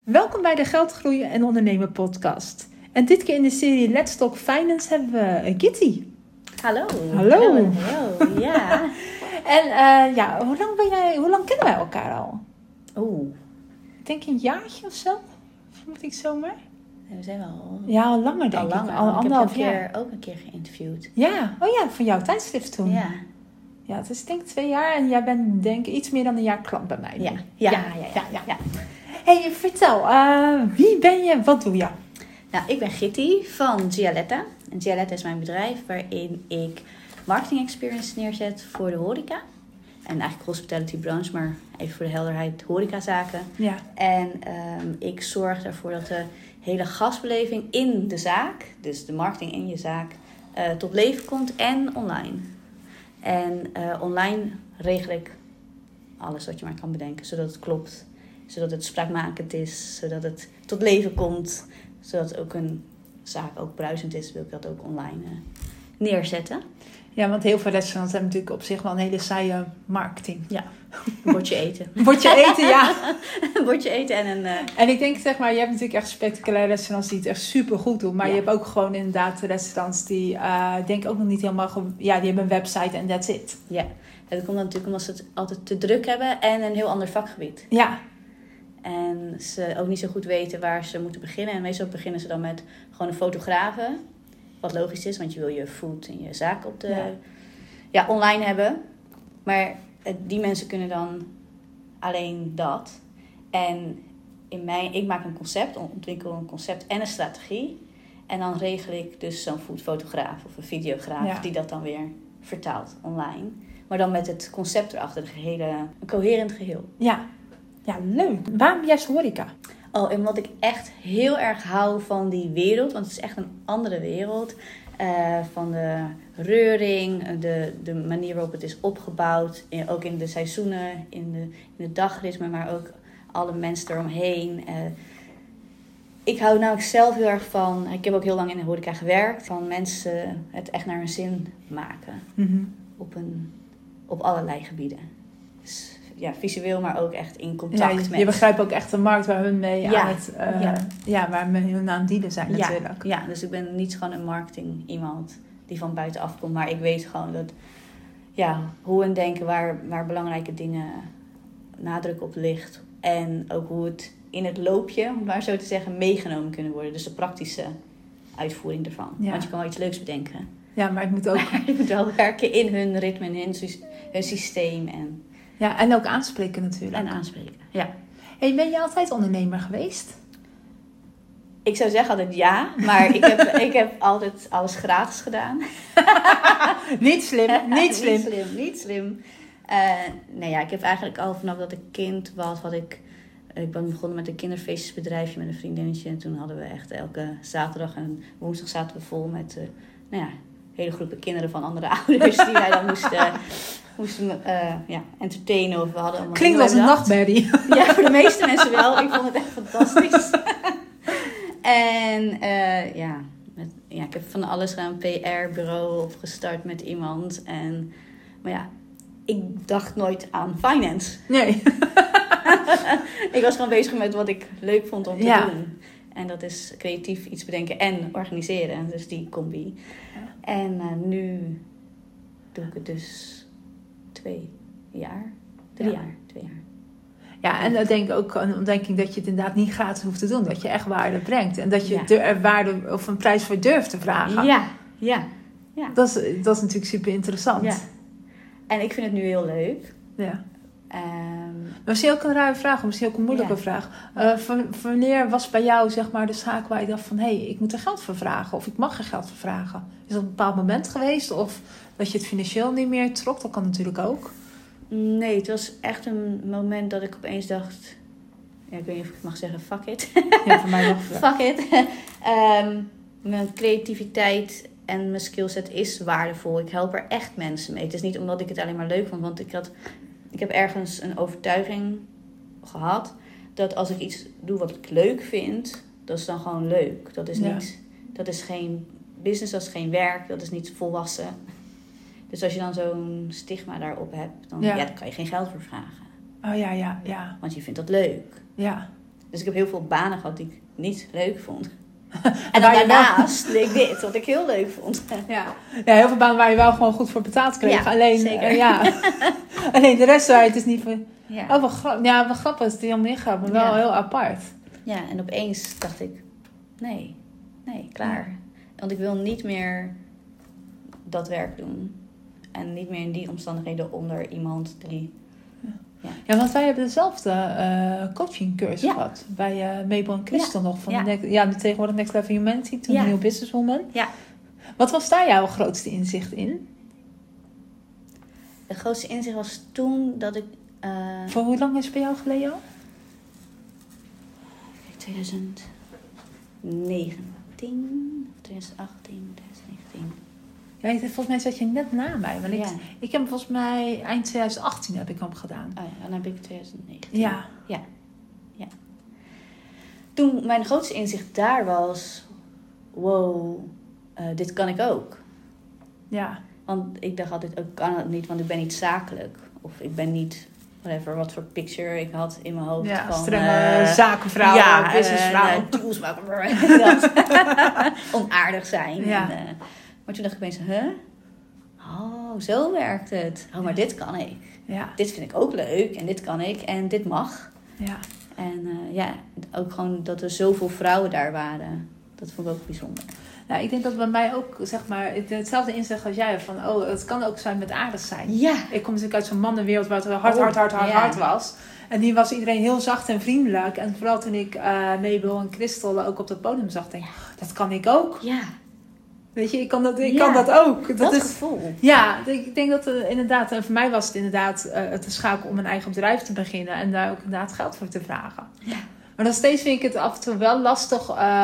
Welkom bij de Geld Groeien en Ondernemen podcast. En dit keer in de serie Let's Talk Finance hebben we Kitty. Hallo. Hallo. Ja. En hoe lang kennen wij elkaar al? Ik denk een jaartje of zo. Vermoed ik zomaar. We zijn wel... Ja, al langer denk ik. Al anderhalf jaar. Ik heb je ook een keer geïnterviewd. Ja, van jouw tijdschrift toen. Ja. Ja, het is denk ik 2 jaar en jij bent denk ik iets meer dan een jaar klant bij mij. Ja. Hey, vertel, wie ben je, wat doe je? Nou, ik ben Gitty van Gialetta. En Gialetta is mijn bedrijf waarin ik marketing experience neerzet voor de horeca. En eigenlijk hospitality branche, maar even voor de helderheid, horecazaken. Ja. En ik zorg ervoor dat de hele gastbeleving in de zaak, dus de marketing in je zaak, tot leven komt en online. En online regel ik alles wat je maar kan bedenken, zodat het klopt. Zodat het spraakmakend is, zodat het tot leven komt. Zodat ook een zaak ook bruisend is, wil ik dat ook online neerzetten. Ja, want heel veel restaurants hebben natuurlijk op zich wel een hele saaie marketing. Ja, een bordje eten. Bordje eten, ja. Een bordje eten en een... En ik denk, zeg maar, je hebt natuurlijk echt spectaculaire restaurants die het echt super goed doen. Maar Ja. je hebt ook gewoon inderdaad restaurants die, denk ik ook nog niet helemaal... die hebben een website en that's it. Ja, dat komt natuurlijk omdat ze het altijd te druk hebben en een heel ander vakgebied. Ja. En ze ook niet zo goed weten waar ze moeten beginnen. En meestal beginnen ze dan met gewoon een fotografe. Wat logisch is, want je wil je food en je zaak op de, online hebben. Maar die mensen kunnen dan alleen dat. En ik maak een concept, ontwikkel een concept en een strategie. En dan regel ik dus zo'n foodfotograaf of een videograaf die dat dan weer vertaalt online. Maar dan met het concept erachter, een coherent geheel. Ja, leuk. Waarom juist horeca? Oh, en wat ik echt heel erg hou van die wereld, want het is echt een andere wereld. Van de reuring, de manier waarop het is opgebouwd. Ook in de seizoenen, in de dagritme, maar ook alle mensen eromheen. Ik hou namelijk zelf heel erg van, ik heb ook heel lang in de horeca gewerkt, van mensen het echt naar hun zin maken. Mm-hmm. Op allerlei gebieden. Dus, ja, visueel, maar ook echt in contact met... Je begrijpt ook echt de markt waar hun mee waar hun aan het dealen zijn natuurlijk. Ja, dus ik ben niet gewoon een marketing iemand die van buitenaf komt, maar ik weet gewoon dat, hoe hun denken, waar belangrijke dingen nadruk op ligt. En ook hoe het in het loopje, om maar zo te zeggen, meegenomen kunnen worden. Dus de praktische uitvoering ervan. Ja. Want je kan wel iets leuks bedenken. Ja, maar het moet ook... Maar het moet wel werken in hun ritme, in hun systeem. En ook aanspreken natuurlijk. En aanspreken, ja. Hey, ben je altijd ondernemer geweest? Ik zou zeggen altijd ja, maar ik heb altijd alles gratis gedaan. Niet slim. Niet slim. Ik heb eigenlijk al vanaf dat ik kind was, ik ben begonnen met een kinderfeestjesbedrijfje met een vriendinnetje. En toen hadden we echt elke zaterdag en woensdag zaten we vol met hele groepen kinderen van andere ouders die wij dan moesten entertainen. Of we hadden allemaal klinkt als een nachtmerrie. Ja, voor de meeste mensen wel. Ik vond het echt fantastisch. En ik heb van alles gedaan. Een PR-bureau opgestart met iemand. Maar ik dacht nooit aan finance. Nee. Ik was gewoon bezig met wat ik leuk vond om te doen. En dat is creatief iets bedenken en organiseren. Dus die combi. Ja. En nu doe ik het dus 2 jaar. 3 jaar. Ja, en dan denk ik ook een ontdekking dat je het inderdaad niet gratis hoeft te doen. Dat je echt waarde brengt. En dat je er waarde of een prijs voor durft te vragen. Ja. Dat is natuurlijk super interessant. Ja. En ik vind het nu heel leuk. Ja. Misschien ook een rare vraag, misschien ook een moeilijke vraag. Wanneer was bij jou zeg maar de zaak waar je dacht van... ik moet er geld voor vragen of ik mag er geld voor vragen? Is dat een bepaald moment geweest? Of dat je het financieel niet meer trok? Dat kan natuurlijk ook. Nee, het was echt een moment dat ik opeens dacht... ik weet niet of ik mag zeggen, fuck it. Ja, voor mij nog. Fuck it. Mijn creativiteit en mijn skillset is waardevol. Ik help er echt mensen mee. Het is niet omdat ik het alleen maar leuk vond. Want ik heb ergens een overtuiging gehad... dat als ik iets doe wat ik leuk vind... dat is dan gewoon leuk. Dat is niet... Dat is geen business, dat is geen werk. Dat is niet volwassen... Dus als je dan zo'n stigma daarop hebt, dan kan je geen geld voor vragen. Oh ja. Want je vindt dat leuk. Ja. Dus ik heb heel veel banen gehad die ik niet leuk vond. En dan daarnaast leek dit, wat ik heel leuk vond. Ja, heel veel banen waar je wel gewoon goed voor betaald kreeg. Ja, alleen, zeker. Alleen de rest waar je het is niet voor... Ja. Oh, wat grappig is het helemaal niet gaat, maar wel heel apart. Ja, en opeens dacht ik, nee, klaar. Want ik wil niet meer dat werk doen. En niet meer in die omstandigheden onder iemand die... Ja, want wij hebben dezelfde coachingcursus gehad. Bij Mabel en Christel nog. Van de tegenwoordig Next Level Humanity. Toen New Businesswoman. Ja. Wat was daar jouw grootste inzicht in? Het grootste inzicht was toen dat ik... Voor hoe lang is het bij jou geleden al? 2019, 2018, 2019. Ja, volgens mij zat je net na mij. Want ik heb volgens mij eind 2018 heb ik hem gedaan. Oh ja, dan heb ik 2019. Ja. Toen mijn grootste inzicht daar was... Wow, dit kan ik ook. Ja. Want ik dacht altijd, ik kan het niet, want ik ben niet zakelijk. Of ik ben niet... Whatever, wat voor picture ik had in mijn hoofd. Ja, van, strenge zakenvrouw, businessvrouw. Onaardig zijn. Ja. Maar toen dacht ik opeens, oh, zo werkt het. Oh, maar dit kan ik. Ja. Dit vind ik ook leuk en dit kan ik en dit mag. Ja. En ook gewoon dat er zoveel vrouwen daar waren. Dat vond ik ook bijzonder. Nou, ik denk dat bij mij ook, zeg maar, hetzelfde inzicht als jij. Van, het kan ook zijn met aardig zijn. Ja. Ik kom natuurlijk uit zo'n mannenwereld waar het hard was. En die was iedereen heel zacht en vriendelijk. En vooral toen ik Mabel en Christel ook op het podium zag, denk ik, dat kan ik ook. Ja. Weet je, ik kan dat ook. Dat is, gevoel. Ja, ik denk dat inderdaad, en voor mij was het inderdaad het schakel om een eigen bedrijf te beginnen. En daar ook inderdaad geld voor te vragen. Ja. Maar nog steeds vind ik het af en toe wel lastig,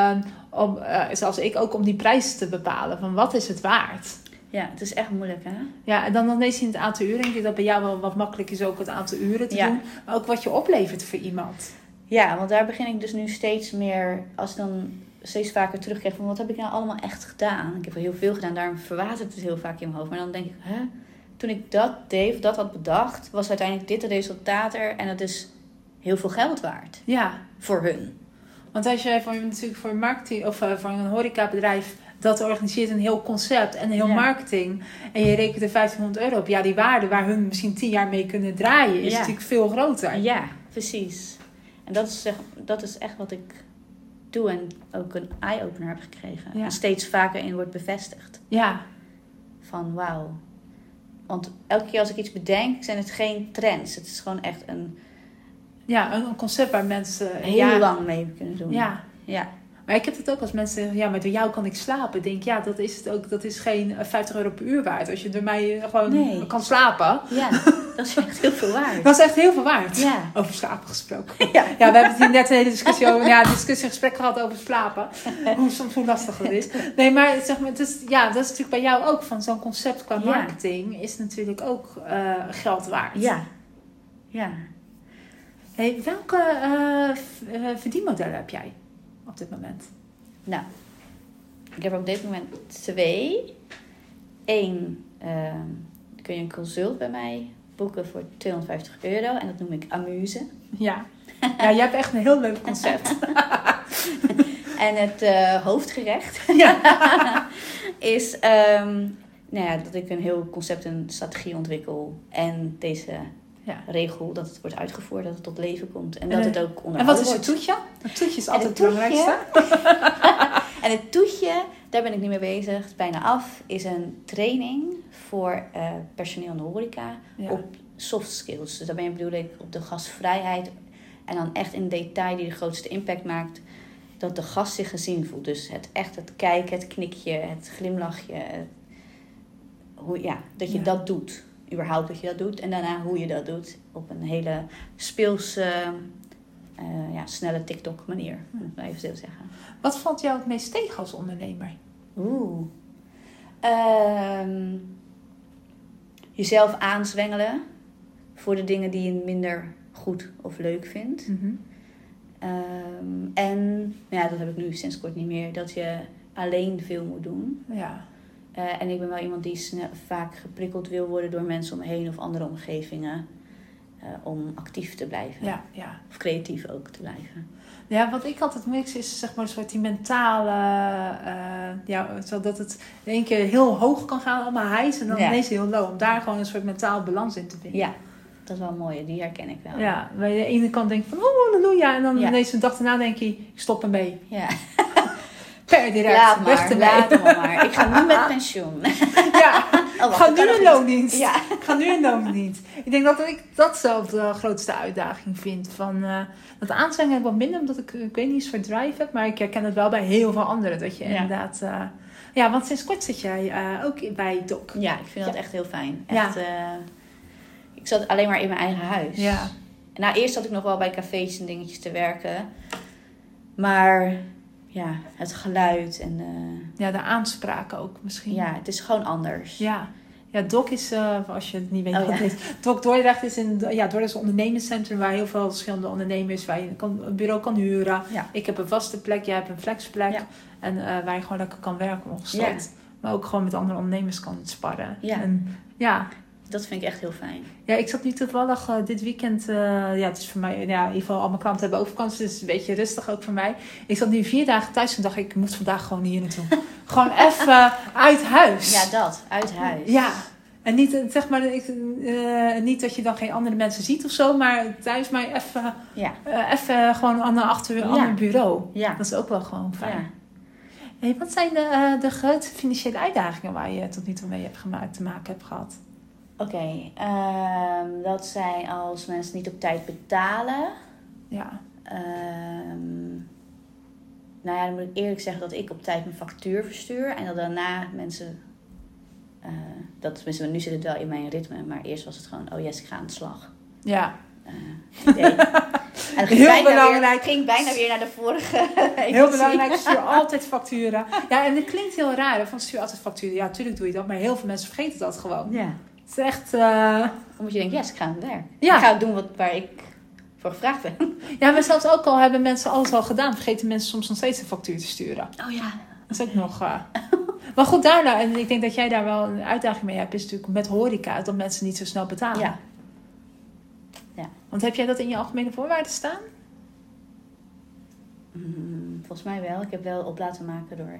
zoals ik ook, om die prijs te bepalen. Van wat is het waard? Ja, het is echt moeilijk, hè? Ja, en dan lees je het aantal uren. Ik denk dat bij jou wel wat makkelijk is ook het aantal uren te doen. Maar ook wat je oplevert voor iemand. Ja, want daar begin ik dus nu steeds meer, als ik dan steeds vaker terugkrijg van wat heb ik nou allemaal echt gedaan? Ik heb er heel veel gedaan, daarom verwatert het heel vaak in mijn hoofd. Maar dan denk ik, toen ik dat deed of dat had bedacht, was uiteindelijk dit het resultaat er. En dat is heel veel geld waard. Ja. Voor hun. Want als je voor een marketing of voor een horecabedrijf dat organiseert een heel concept en een heel marketing en je rekent er €1500 op, ja, die waarde waar hun misschien 10 jaar mee kunnen draaien is natuurlijk veel groter. Ja, precies. En dat is echt wat ik doe en ook een eye-opener heb gekregen. Ja. En steeds vaker in wordt bevestigd. Ja. Van wauw. Want elke keer als ik iets bedenk, zijn het geen trends. Het is gewoon echt een concept waar mensen heel lang mee kunnen doen. Ja. Maar ik heb het ook als mensen zeggen, ja, maar door jou kan ik slapen. Ik denk, ja, dat is het ook. Dat is geen €50 per uur waard. Als je door mij gewoon kan slapen. Ja, dat is echt heel veel waard. Dat is echt heel veel waard. Ja. Over slapen gesproken. Ja, we hebben het hier net een hele discussie over. Ja, gesprek gehad over slapen. Hoe lastig dat is. Nee, maar zeg maar, dat is natuurlijk bij jou ook. Van zo'n concept qua marketing is natuurlijk ook geld waard. Ja. Hey, welke verdienmodellen heb jij op dit moment? Nou, ik heb op dit moment 2. 1, kun je een consult bij mij boeken voor €250 en dat noem ik Amuse. Ja, je hebt echt een heel leuk concept. En het hoofdgerecht is dat ik een heel concept en strategie ontwikkel en deze regel dat het wordt uitgevoerd, dat het tot leven komt en dat het ook onderhouden wordt. En wat is het toetje? Het toetje is altijd het belangrijkste. En het toetje, daar ben ik nu mee bezig, het is bijna af, is een training voor personeel in de horeca op soft skills. Dus daar bedoel ik op de gastvrijheid en dan echt in detail die de grootste impact maakt, dat de gast zich gezien voelt. Dus het kijken, het knikje, het glimlachje, dat je dat doet. Überhaupt dat je dat doet en daarna hoe je dat doet op een hele speelse, snelle TikTok manier, moet ik even zo zeggen. Wat valt jou het meest tegen als ondernemer? Jezelf aanzwengelen voor de dingen die je minder goed of leuk vindt. Mm-hmm. En dat heb ik nu sinds kort niet meer, dat je alleen veel moet doen. Ja. En ik ben wel iemand die vaak geprikkeld wil worden door mensen om me heen of andere omgevingen. om actief te blijven. Ja, ja. Of creatief ook te blijven. Ja, wat ik altijd mix is zeg maar een soort die mentale... zodat het in één keer heel hoog kan gaan, allemaal hijs. En dan ineens heel low. Om daar gewoon een soort mentale balans in te vinden. Ja, dat is wel mooi. Die herken ik wel. Ja, waar je aan de ene kant denkt van... Oh, halleluja. En dan ineens een dag daarna denk je... Ik stop ermee. Ja. Per direct. Laat maar. Ik ga nu met pensioen. Ja, ik ga nu in loondienst. Ja. Ik ga nu in loondienst. Ik denk dat ik dat zelf de grootste uitdaging vind. Van, dat aanzijn heb ik wat minder, omdat ik weet niet eens voor drive heb. Maar ik herken het wel bij heel veel anderen. Dat je inderdaad... want sinds kort zit jij ook bij Doc. Ja, ik vind dat echt heel fijn. Echt, ik zat alleen maar in mijn eigen huis. Ja. Nou, eerst zat ik nog wel bij cafés en dingetjes te werken. Maar... Ja, het geluid en... de aanspraak ook misschien. Ja, het is gewoon anders. Ja, Doc is, als je het niet weet wat het is. Doc Dordrecht is Dordrecht is een ondernemerscentrum waar heel veel verschillende ondernemers, waar je een bureau kan huren. Ja. Ik heb een vaste plek, jij hebt een flexplek. Ja. En waar je gewoon lekker kan werken ongesteld. Ja. Maar ook gewoon met andere ondernemers kan sparren. Ja. En, dat vind ik echt heel fijn. Ja, ik zat nu toevallig dit weekend... het is voor mij... in ieder geval, al mijn klanten hebben ook vakantie. Dus het is een beetje rustig ook voor mij. Ik zat nu 4 dagen thuis en dacht ik moet vandaag gewoon hier naartoe. Gewoon even uit huis. Ja, dat. Uit huis. Ja. En niet, zeg maar... niet dat je dan geen andere mensen ziet of zo. Maar thuis maar even... even gewoon achter een ander bureau. Ja. Dat is ook wel gewoon fijn. Ja. Hey, wat zijn de grote financiële uitdagingen waar je tot nu toe mee te maken hebt gehad? Oké, dat zijn als mensen niet op tijd betalen. Ja. Dan moet ik eerlijk zeggen dat ik op tijd mijn factuur verstuur. En dat daarna mensen... nu zit het wel in mijn ritme. Maar eerst was het gewoon, oh yes, ik ga aan de slag. Ja. En heel belangrijk. Ging bijna weer naar de vorige. Heel belangrijk, stuur altijd facturen. Ja, en het klinkt heel raar, van stuur altijd facturen. Ja, natuurlijk doe je dat, maar heel veel mensen vergeten dat gewoon. Ja. Het is echt... Omdat je denkt, yes, ik ga aan het werk. Ja. Ik ga doen waar ik voor gevraagd ben. Ja, maar zelfs ook al hebben mensen alles al gedaan, vergeten mensen soms nog steeds een factuur te sturen. Oh ja. Dat is ook nog... Maar goed, daarna, en ik denk dat jij daar wel een uitdaging mee hebt, is natuurlijk met horeca, dat mensen niet zo snel betalen. Ja. Want heb jij dat in je algemene voorwaarden staan? Volgens mij wel. Ik heb wel op laten maken door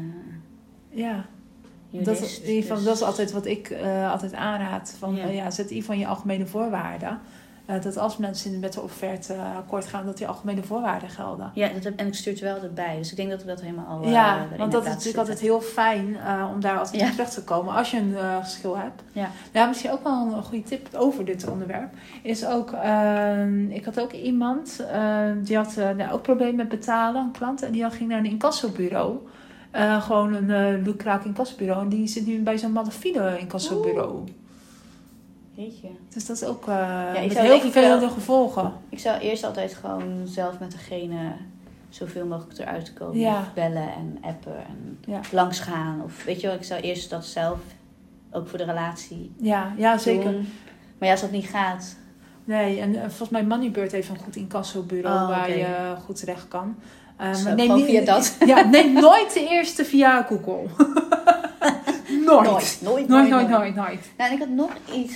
jurist, dat is altijd wat ik altijd aanraad. Zet in van je algemene voorwaarden. Dat als mensen met de offerte akkoord gaan, dat die algemene voorwaarden gelden. Ja, en ik stuur het wel erbij. Dus ik denk dat we dat helemaal al want dat is natuurlijk altijd heel fijn om daar altijd op terug te komen. Als je een geschil hebt. Ja, misschien ook wel een goede tip over dit onderwerp. Is ook, ik had ook iemand, die had ook problemen met betalen, een klant. En die ging naar een incassobureau. Gewoon een lukraak incassobureau. En die zit nu bij zo'n Malafide incassobureau. Jeetje. Dus dat is ook met heel vervelende gevolgen. Ik zou eerst altijd gewoon zelf met degene zoveel mogelijk eruit komen. Ja. Of bellen en appen en langsgaan. Of weet je wel, ik zou eerst dat zelf, ook voor de relatie Ja, zeker. doen. Maar als dat niet gaat... Nee, en volgens mij Moneybird heeft een goed incassobureau waar je goed terecht kan. Neem via dat. Ja, neem nooit de eerste via Google. Nooit. Nou, en ik had nog iets.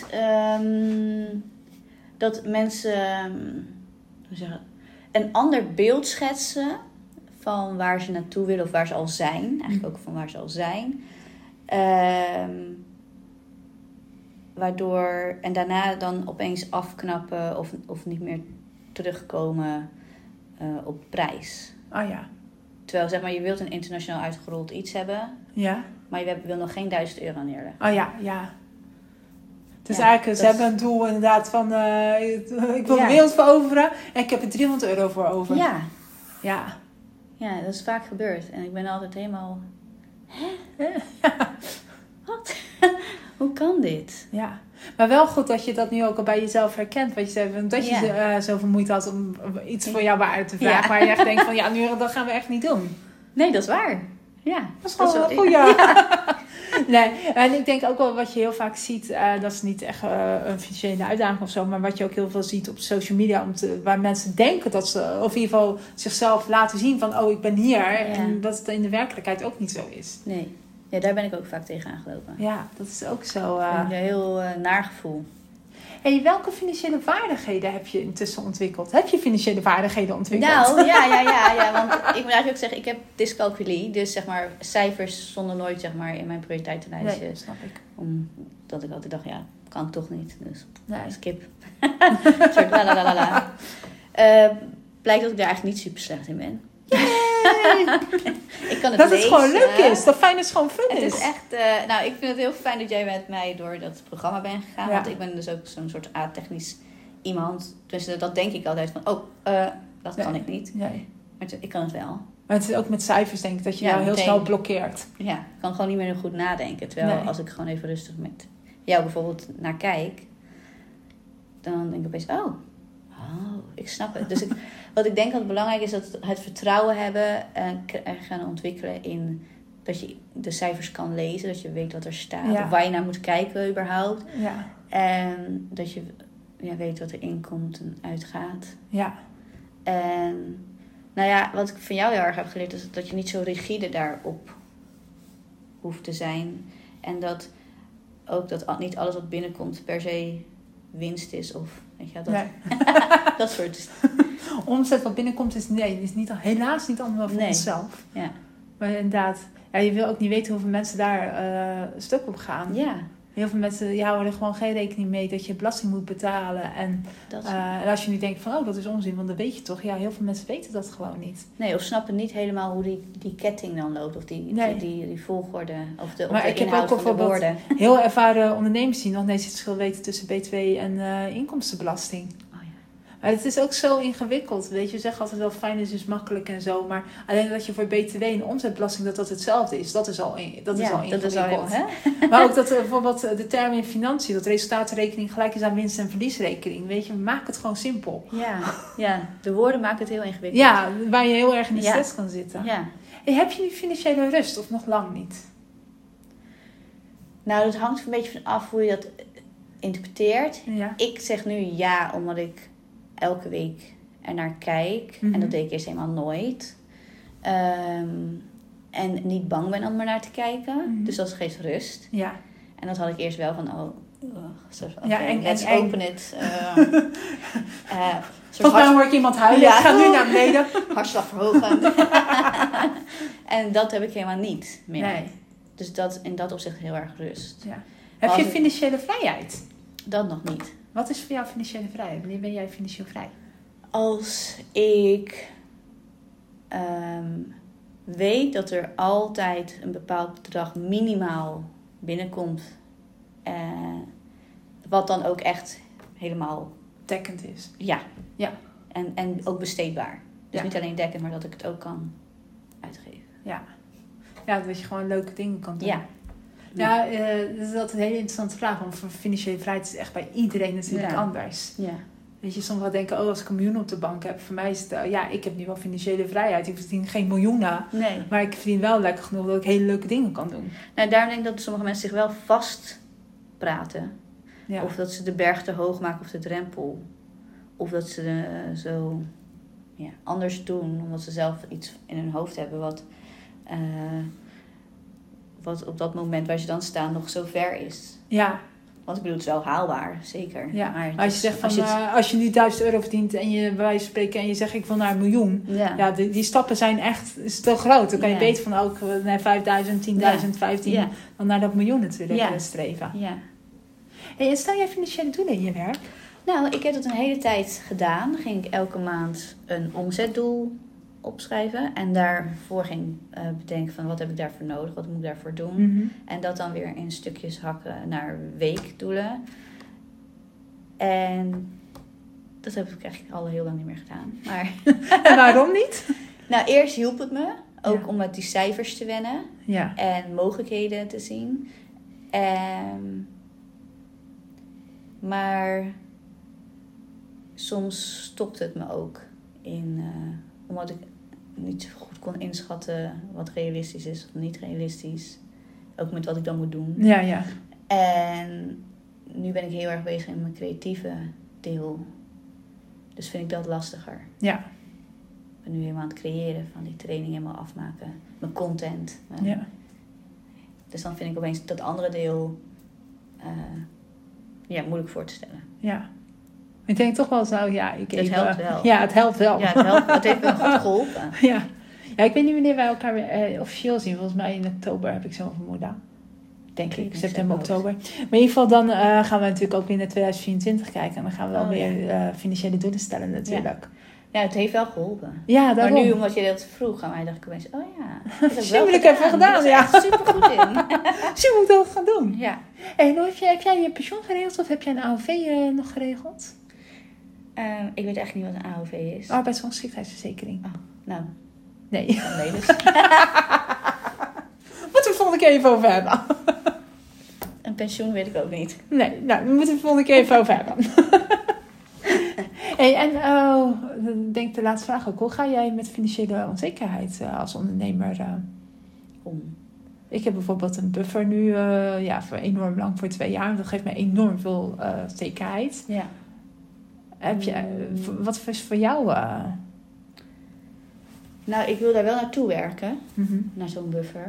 Dat mensen een ander beeld schetsen van waar ze naartoe willen of waar ze al zijn. Eigenlijk ook van waar ze al zijn. Waardoor, en daarna dan opeens afknappen of niet meer terugkomen op prijs. Oh ja. Terwijl zeg maar je wilt een internationaal uitgerold iets hebben. Ja. Maar je wil nog geen €1000 neerleggen. Oh ja. Dus eigenlijk, ze hebben een doel inderdaad van... ik wil de wereld veroveren en ik heb er €300 voor over. Ja. Ja, dat is vaak gebeurd. En ik ben altijd helemaal... Hè? Wat? Hoe kan dit? Ja. Maar wel goed dat je dat nu ook al bij jezelf herkent. Wat je zei, dat je zoveel moeite had om iets voor jouw waarde te vragen. Waar je echt denkt van, dat gaan we echt niet doen. Nee, dat is waar. Ja, dat is wel een goeie. Nee, en ik denk ook wel wat je heel vaak ziet, dat is niet echt een financiële uitdaging of zo, maar wat je ook heel veel ziet op social media, waar mensen denken dat ze, of in ieder geval zichzelf laten zien van, ik ben hier. Ja. En dat het in de werkelijkheid ook niet zo is. Nee. Ja, daar ben ik ook vaak tegen aangelopen. Ja, dat is ook zo. Een heel naar gevoel. Hey, welke financiële vaardigheden heb je intussen ontwikkeld? Heb je financiële vaardigheden ontwikkeld? Nou, ja. Want ik moet eigenlijk ook zeggen, ik heb dyscalculie. Dus zeg maar, cijfers stonden nooit zeg maar, in mijn prioriteitenlijstje. Nee, snap ik. Omdat ik altijd dacht, kan ik toch niet. Dus skip. Soort la. Blijkt dat ik daar eigenlijk niet super slecht in ben. Ik kan het dat lezen. Het gewoon leuk is. Dat fijn is gewoon fun het is. Het is echt... ik vind het heel fijn dat jij met mij door dat programma bent gegaan. Ja. Want ik ben dus ook zo'n soort a-technisch iemand. Dus dat denk ik altijd van... dat kan ik niet. Nee. Maar ik kan het wel. Maar het is ook met cijfers denk ik dat je jou heel snel blokkeert. Ja, ik kan gewoon niet meer goed nadenken. Terwijl als ik gewoon even rustig met jou bijvoorbeeld naar kijk... Dan denk ik opeens... Oh, ik snap het. Dus wat ik denk dat belangrijk is... dat het vertrouwen hebben... en gaan ontwikkelen in... dat je de cijfers kan lezen. Dat je weet wat er staat. Of waar je naar moet kijken überhaupt. Ja. En dat je weet wat er inkomt en uitgaat. Ja. En wat ik van jou heel erg heb geleerd... is dat je niet zo rigide daarop hoeft te zijn. En dat ook dat niet alles wat binnenkomt per se winst is. Of weet je, dat soort... Omzet wat binnenkomt is niet, helaas niet allemaal voor onszelf. Ja. Maar inderdaad, je wil ook niet weten hoeveel mensen daar stuk op gaan. Ja. Heel veel mensen houden er gewoon geen rekening mee dat je belasting moet betalen. En als je nu denkt van, dat is onzin, want dat weet je toch. Ja, heel veel mensen weten dat gewoon niet. Nee, of snappen niet helemaal hoe die ketting dan loopt. Of die volgorde. Of de inhoud van de woorden. Heel ervaren ondernemers die nog niet het verschil weten tussen BTW en inkomstenbelasting. Maar het is ook zo ingewikkeld. Weet je, we zeggen altijd wel fijn is makkelijk en zo. Maar alleen dat je voor BTW en omzetbelasting dat hetzelfde is. Dat is al ingewikkeld. Dat is al maar ook dat bijvoorbeeld de term in financiën. Dat resultaatrekening gelijk is aan winst- en verliesrekening. Weet je, maak het gewoon simpel. Ja, de woorden maken het heel ingewikkeld. Ja, waar je heel erg in de stress kan zitten. Ja. Hey, heb je nu financiële rust of nog lang niet? Nou, dat hangt een beetje van af hoe je dat interpreteert. Ja. Ik zeg nu ja, omdat ik elke week ernaar kijk. Mm-hmm. En dat deed ik eerst helemaal nooit. En niet bang ben om er naar te kijken. Mm-hmm. Dus dat geeft rust. Ja. En dat had ik eerst wel van... let's open it. Volgens mij hoor ik iemand huilen. Ja. Ik ga nu naar beneden. Hartslag verhogen. En dat heb ik helemaal niet meer. Nee. Dus dat in dat opzicht heel erg rust. Ja. Heb je financiële vrijheid? Dat nog niet. Wat is voor jou financiële vrijheid? Wanneer ben jij financieel vrij? Als ik weet dat er altijd een bepaald bedrag minimaal binnenkomt. Wat dan ook echt helemaal... dekkend is. Ja. En ook besteedbaar. Dus niet alleen dekkend, maar dat ik het ook kan uitgeven. Ja, dat je gewoon leuke dingen kan doen. Ja. Ja, dat is altijd een hele interessante vraag. Want voor financiële vrijheid is echt bij iedereen natuurlijk anders. Ja. Weet je, sommigen denken, als ik een miljoen op de bank heb. Voor mij is het, ik heb nu wel financiële vrijheid. Ik verdien geen miljoenen. Nee. Maar ik verdien wel lekker genoeg dat ik hele leuke dingen kan doen. Nou, daarom denk ik dat sommige mensen zich wel vast praten. Ja. Of dat ze de berg te hoog maken of de drempel. Of dat ze zo anders doen. Omdat ze zelf iets in hun hoofd hebben wat op dat moment waar ze dan staan nog zo ver is. Ja. Want ik bedoel, het is wel haalbaar, zeker. Ja. Maar als je zegt als je nu 1000 euro verdient en je bij wijze van spreken en je zegt ik wil naar 1 miljoen. Ja, die stappen zijn echt te groot. Dan kan je beter van ook naar 5000, 10.000, 15 dan naar dat miljoen natuurlijk streven. Ja. Hey, en stel jij financiële doelen in je werk? Nou, ik heb dat een hele tijd gedaan. Dan ging ik elke maand een omzetdoel opschrijven. En daarvoor ging bedenken van wat heb ik daarvoor nodig, wat moet ik daarvoor doen. Mm-hmm. En dat dan weer in stukjes hakken naar weekdoelen. En dat heb ik eigenlijk al heel lang niet meer gedaan. Maar en waarom niet? Nou, eerst hielp het me. Ook om met die cijfers te wennen. Ja. En mogelijkheden te zien. Maar soms stopte het me ook in... omdat ik niet zo goed kon inschatten wat realistisch is of niet realistisch. Ook met wat ik dan moet doen. Ja. En nu ben ik heel erg bezig in mijn creatieve deel. Dus vind ik dat lastiger. Ja. Ik ben nu helemaal aan het creëren van die training helemaal afmaken. Mijn content. Ja. Dus dan vind ik opeens dat andere deel moeilijk voor te stellen. Ja. Ik denk toch wel zo, Het helpt wel. Ja, het helpt wel. Ja, het helpt. Het heeft me goed geholpen. Ja. Ja, ik weet niet wanneer wij elkaar weer officieel zien. Volgens mij in oktober heb ik zo'n vermoeden. Denk ik, september, oktober. Maar in ieder geval dan gaan we natuurlijk ook weer naar 2024 kijken. En dan gaan we wel weer financiële doelen stellen natuurlijk. Ja, het heeft wel geholpen. Ja, daarom. Maar nu, omdat je dat vroeg aan mij, dacht ik opeens, Misschien heb ik even gedaan, ja. Ik ben er super goed in. Misschien moet ik dat gaan doen. Ja. En heb jij je pensioen geregeld of heb jij een AOV nog geregeld? Ik weet echt niet wat een AOV is. Arbeidsongeschiktheidsverzekering. Oh, nou. Nee. Nee, dus. Moeten we het volgende keer even over hebben. Een pensioen weet ik ook niet. Nee, nou, we moeten het volgende keer even over hebben. Hey, en ik denk de laatste vraag ook. Hoe ga jij met financiële onzekerheid als ondernemer om? Ik heb bijvoorbeeld een buffer nu voor enorm lang, voor 2 jaar. Dat geeft me enorm veel zekerheid. Ja. Heb je, wat is voor jou? Nou, ik wil daar wel naartoe werken. Mm-hmm. Naar zo'n buffer.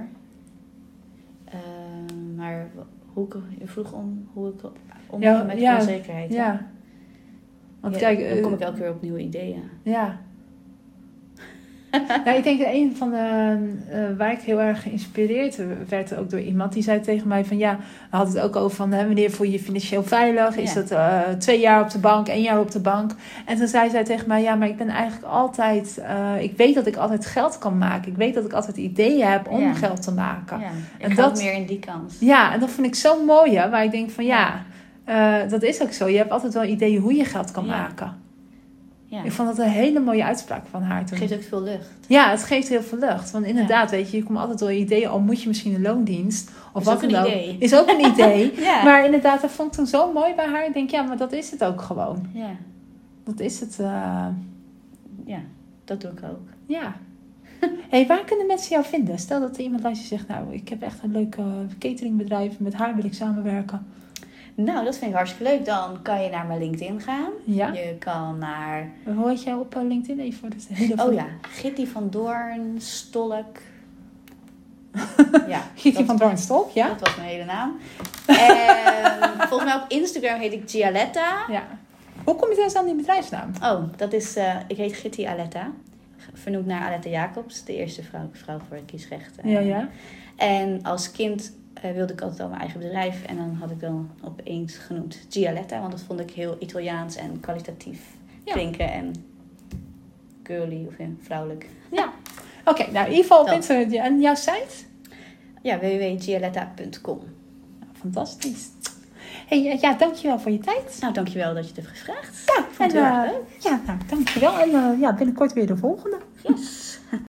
Maar je vroeg om hoe ik omga met onzekerheid. Ja. Want Ja, kijk, dan kom ik elke keer op nieuwe ideeën. Ja. Nou, ik denk dat een van de waar ik heel erg geïnspireerd werd ook door iemand die zei tegen mij van we hadden het ook over van wanneer voel je je financieel veilig? Is dat 2 jaar op de bank, 1 jaar op de bank? En toen zei zij tegen mij maar ik ben eigenlijk altijd ik weet dat ik altijd geld kan maken. Ik weet dat ik altijd ideeën heb om geld te maken. Ja, en dat meer in die kant. Ja, en dat vond ik zo mooi, waar ik denk van dat is ook zo. Je hebt altijd wel ideeën hoe je geld kan maken. Ja. Ik vond dat een hele mooie uitspraak van haar toen. Het geeft ook veel lucht. Ja, het geeft heel veel lucht. Want inderdaad, weet je komt altijd door ideeën. Al moet je misschien een loondienst. Of is wat ook dan ook. Idee. Is ook een idee. Ja. Maar inderdaad, dat vond ik toen zo mooi bij haar. Ik denk, maar dat is het ook gewoon. Ja. Dat is het. Ja, dat doe ik ook. Ja. Hey, waar kunnen mensen jou vinden? Stel dat er iemand luistert en zegt, ik heb echt een leuk cateringbedrijf. Met haar wil ik samenwerken. Nou, dat vind ik hartstikke leuk. Dan kan je naar mijn LinkedIn gaan. Ja. Je kan naar... Hoe heet jij op LinkedIn? Even voor de hele Gitty van Doorn, Stolk. Ja, Gitty van Doorn Stolk, ja. Dat was mijn hele naam. En volgens mij op Instagram heet ik Gialetta. Ja. Hoe kom je trouwens aan die bedrijfsnaam? Oh, dat is... ik heet Gitty Aletta. Vernoemd naar Aletta Jacobs. De eerste vrouw voor het kiesrecht. Ja. En als kind... wilde ik altijd al mijn eigen bedrijf. En dan had ik dan opeens genoemd Gialetta. Want dat vond ik heel Italiaans en kwalitatief klinken. En girly of vrouwelijk. Ja. Oké, nou in ieder geval op Instagram. En jouw site? Ja, www.gialetta.com. Nou, fantastisch. Hey, dankjewel voor je tijd. Nou, dankjewel dat je het hebt gevraagd. Ja, ik vond het heel erg leuk. Ja, nou, dankjewel. En binnenkort weer de volgende. Yes.